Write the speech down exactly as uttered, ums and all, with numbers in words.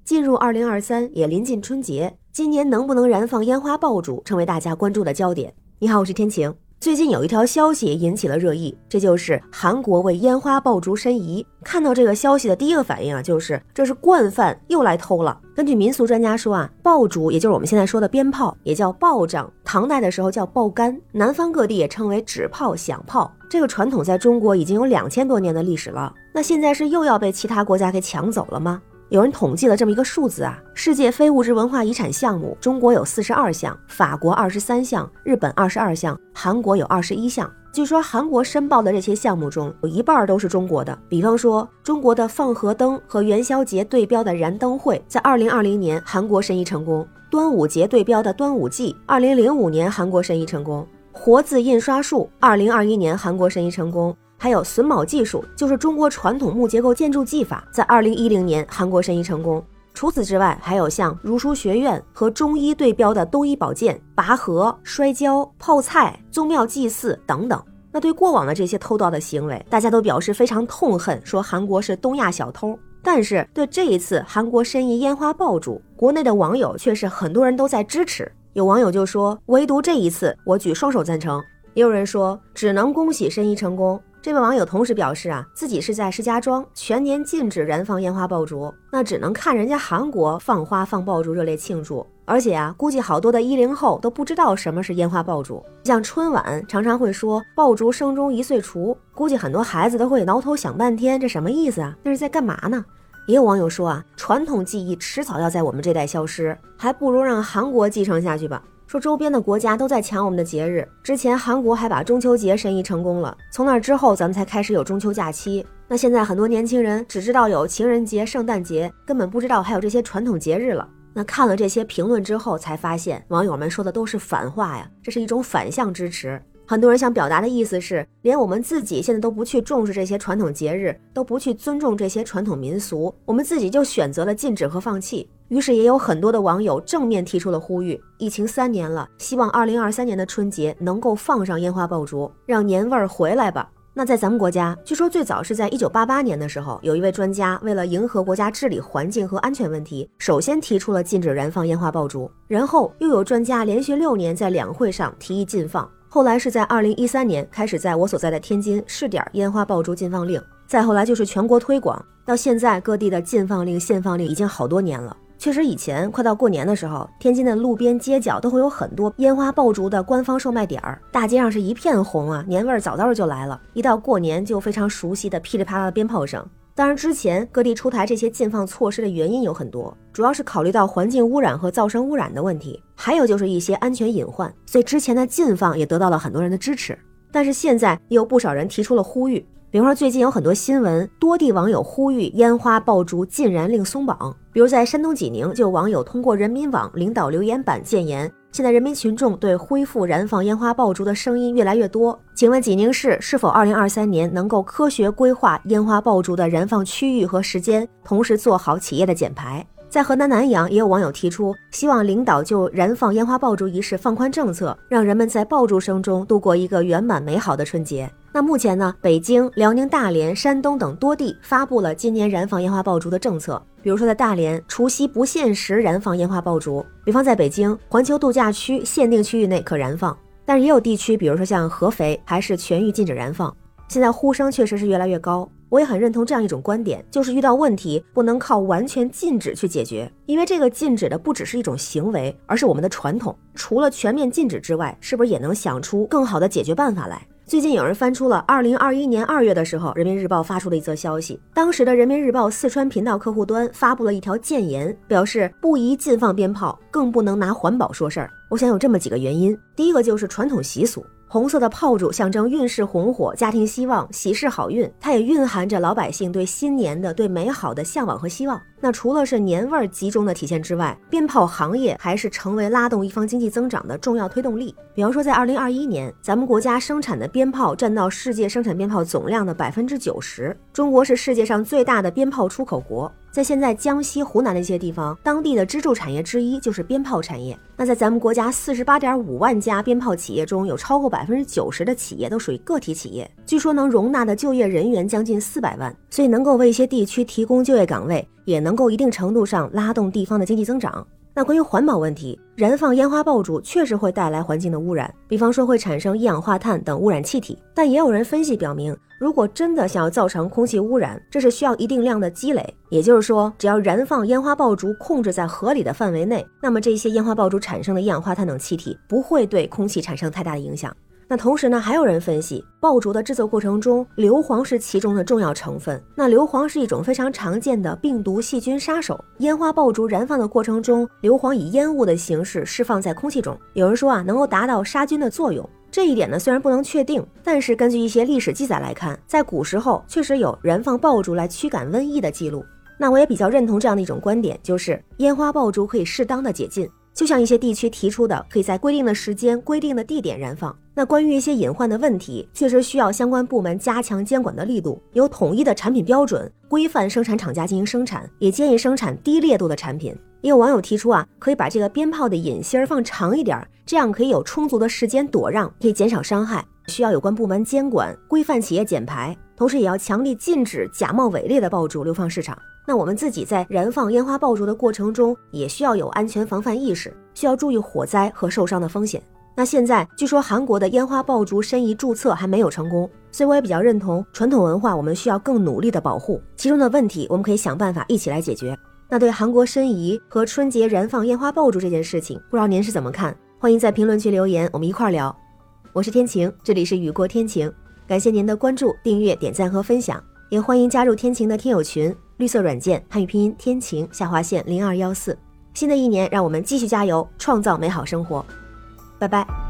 进入二零二三，也临近春节，今年能不能燃放烟花爆竹成为大家关注的焦点。你好，我是天晴。最近有一条消息引起了热议，这就是韩国为烟花爆竹申遗。看到这个消息的第一个反应啊，就是这是惯犯又来偷了。根据民俗专家说啊，爆竹也就是我们现在说的鞭炮，也叫爆仗，唐代的时候叫爆杆，南方各地也称为纸炮、响炮。这个传统在中国已经有两千多年的历史了，那现在是又要被其他国家给抢走了吗？有人统计了这么一个数字啊，世界非物质文化遗产项目，中国有四十二项，法国二十三项，日本二十二项，韩国有二十一项。据说韩国申报的这些项目中，有一半都是中国的。比方说，中国的放河灯和元宵节对标的燃灯会，在二零二零年韩国申遗成功；端午节对标的端午祭，二零零五年韩国申遗成功；活字印刷术，二零二一年韩国申遗成功。还有榫卯技术，就是中国传统木结构建筑技法，在二零一零年韩国申遗成功。除此之外，还有像儒书学院和中医对标的东医保健、拔河、摔跤、泡菜、宗庙祭祀等等。那对过往的这些偷盗的行为，大家都表示非常痛恨，说韩国是东亚小偷。但是对这一次韩国申遗烟花爆竹，国内的网友却是很多人都在支持。有网友就说，唯独这一次我举双手赞成。也有人说，只能恭喜申遗成功。这位网友同时表示啊，自己是在石家庄，全年禁止燃放烟花爆竹，那只能看人家韩国放花放爆竹热烈庆祝。而且啊，估计好多的一零后都不知道什么是烟花爆竹。像春晚常常会说爆竹声中一岁除，估计很多孩子都会挠头想半天，这什么意思啊？那是在干嘛呢？也有网友说啊，传统技艺迟早要在我们这代消失，还不如让韩国继承下去吧。说周边的国家都在抢我们的节日，之前韩国还把中秋节申遗成功了，从那之后咱们才开始有中秋假期。那现在很多年轻人只知道有情人节、圣诞节，根本不知道还有这些传统节日了。那看了这些评论之后，才发现网友们说的都是反话呀，这是一种反向支持。很多人想表达的意思是，连我们自己现在都不去重视这些传统节日，都不去尊重这些传统民俗，我们自己就选择了禁止和放弃。于是也有很多的网友正面提出了呼吁，疫情三年了，希望二零二三年的春节能够放上烟花爆竹，让年味儿回来吧。那在咱们国家，据说最早是在一九八八年的时候，有一位专家为了迎合国家治理环境和安全问题，首先提出了禁止燃放烟花爆竹，然后又有专家连续六年在两会上提议禁放，后来是在二零一三年开始在我所在的天津试点烟花爆竹禁放令，再后来就是全国推广，到现在各地的禁放令、限放令已经好多年了。确实以前快到过年的时候，天津的路边街角都会有很多烟花爆竹的官方售卖点儿，大街上是一片红啊，年味儿早早就来了。一到过年就非常熟悉的噼里啪啦的鞭炮声。当然之前各地出台这些禁放措施的原因有很多，主要是考虑到环境污染和噪声污染的问题，还有就是一些安全隐患，所以之前的禁放也得到了很多人的支持。但是现在也有不少人提出了呼吁，比方说最近有很多新闻，多地网友呼吁烟花爆竹禁燃令松绑。比如在山东济宁，就有网友通过人民网领导留言板建言，现在人民群众对恢复燃放烟花爆竹的声音越来越多，请问济宁市是否二零二三年能够科学规划烟花爆竹的燃放区域和时间，同时做好企业的减排？在河南南阳也有网友提出，希望领导就燃放烟花爆竹仪式放宽政策，让人们在爆竹声中度过一个圆满美好的春节。那目前呢，北京、辽宁大连、山东等多地发布了今年燃放烟花爆竹的政策。比如说在大连，除夕不限时燃放烟花爆竹，比方在北京环球度假区限定区域内可燃放，但是也有地区，比如说像合肥，还是全域禁止燃放。现在呼声确实是越来越高，我也很认同这样一种观点，就是遇到问题不能靠完全禁止去解决，因为这个禁止的不只是一种行为，而是我们的传统。除了全面禁止之外，是不是也能想出更好的解决办法来？最近有人翻出了二零二一年二月的时候，人民日报发出了一则消息，当时的人民日报四川频道客户端发布了一条建言，表示不宜禁放鞭炮，更不能拿环保说事儿。我想有这么几个原因，第一个就是传统习俗，红色的炮竹象征运势红火、家庭希望、喜事好运，它也蕴含着老百姓对新年的、对美好的向往和希望。那除了是年味儿集中的体现之外，鞭炮行业还是成为拉动一方经济增长的重要推动力。比方说在二零二一年，咱们国家生产的鞭炮占到世界生产鞭炮总量的百分之九十，中国是世界上最大的鞭炮出口国。 在现在江西、湖南的一些地方，当地的支柱产业之一就是鞭炮产业。那在咱们国家四十八点五万家鞭炮企业中，有超过百分之九十的企业都属于个体企业，据说能容纳的就业人员将近四百万，所以能够为一些地区提供就业岗位，也能够一定程度上拉动地方的经济增长。那关于环保问题，燃放烟花爆竹确实会带来环境的污染，比方说会产生一氧化碳等污染气体。但也有人分析表明，如果真的想要造成空气污染，这是需要一定量的积累。也就是说，只要燃放烟花爆竹控制在合理的范围内，那么这些烟花爆竹产生的一氧化碳等气体不会对空气产生太大的影响。那同时呢，还有人分析，爆竹的制作过程中，硫磺是其中的重要成分。那硫磺是一种非常常见的病毒细菌杀手。烟花爆竹燃放的过程中，硫磺以烟雾的形式释放在空气中，有人说啊，能够达到杀菌的作用。这一点呢，虽然不能确定，但是根据一些历史记载来看，在古时候确实有燃放爆竹来驱赶瘟疫的记录。那我也比较认同这样的一种观点，就是烟花爆竹可以适当的解禁。就像一些地区提出的，可以在规定的时间、规定的地点燃放。那关于一些隐患的问题，确实需要相关部门加强监管的力度，有统一的产品标准，规范生产厂家进行生产，也建议生产低烈度的产品。也有网友提出啊，可以把这个鞭炮的引芯放长一点，这样可以有充足的时间躲让，可以减少伤害。需要有关部门监管，规范企业减排，同时也要强力禁止假冒伪劣的爆竹流放市场。那我们自己在燃放烟花爆竹的过程中，也需要有安全防范意识，需要注意火灾和受伤的风险。那现在据说韩国的烟花爆竹申遗注册还没有成功，所以我也比较认同传统文化我们需要更努力的保护，其中的问题我们可以想办法一起来解决。那对韩国申遗和春节燃放烟花爆竹这件事情，不知道您是怎么看？欢迎在评论区留言，我们一块聊。我是天晴，这里是雨过天晴，感谢您的关注、订阅、点赞和分享，也欢迎加入天晴的听友群，绿色软件汉语拼音天晴下划线零二一四。新的一年，让我们继续加油，创造美好生活。拜拜。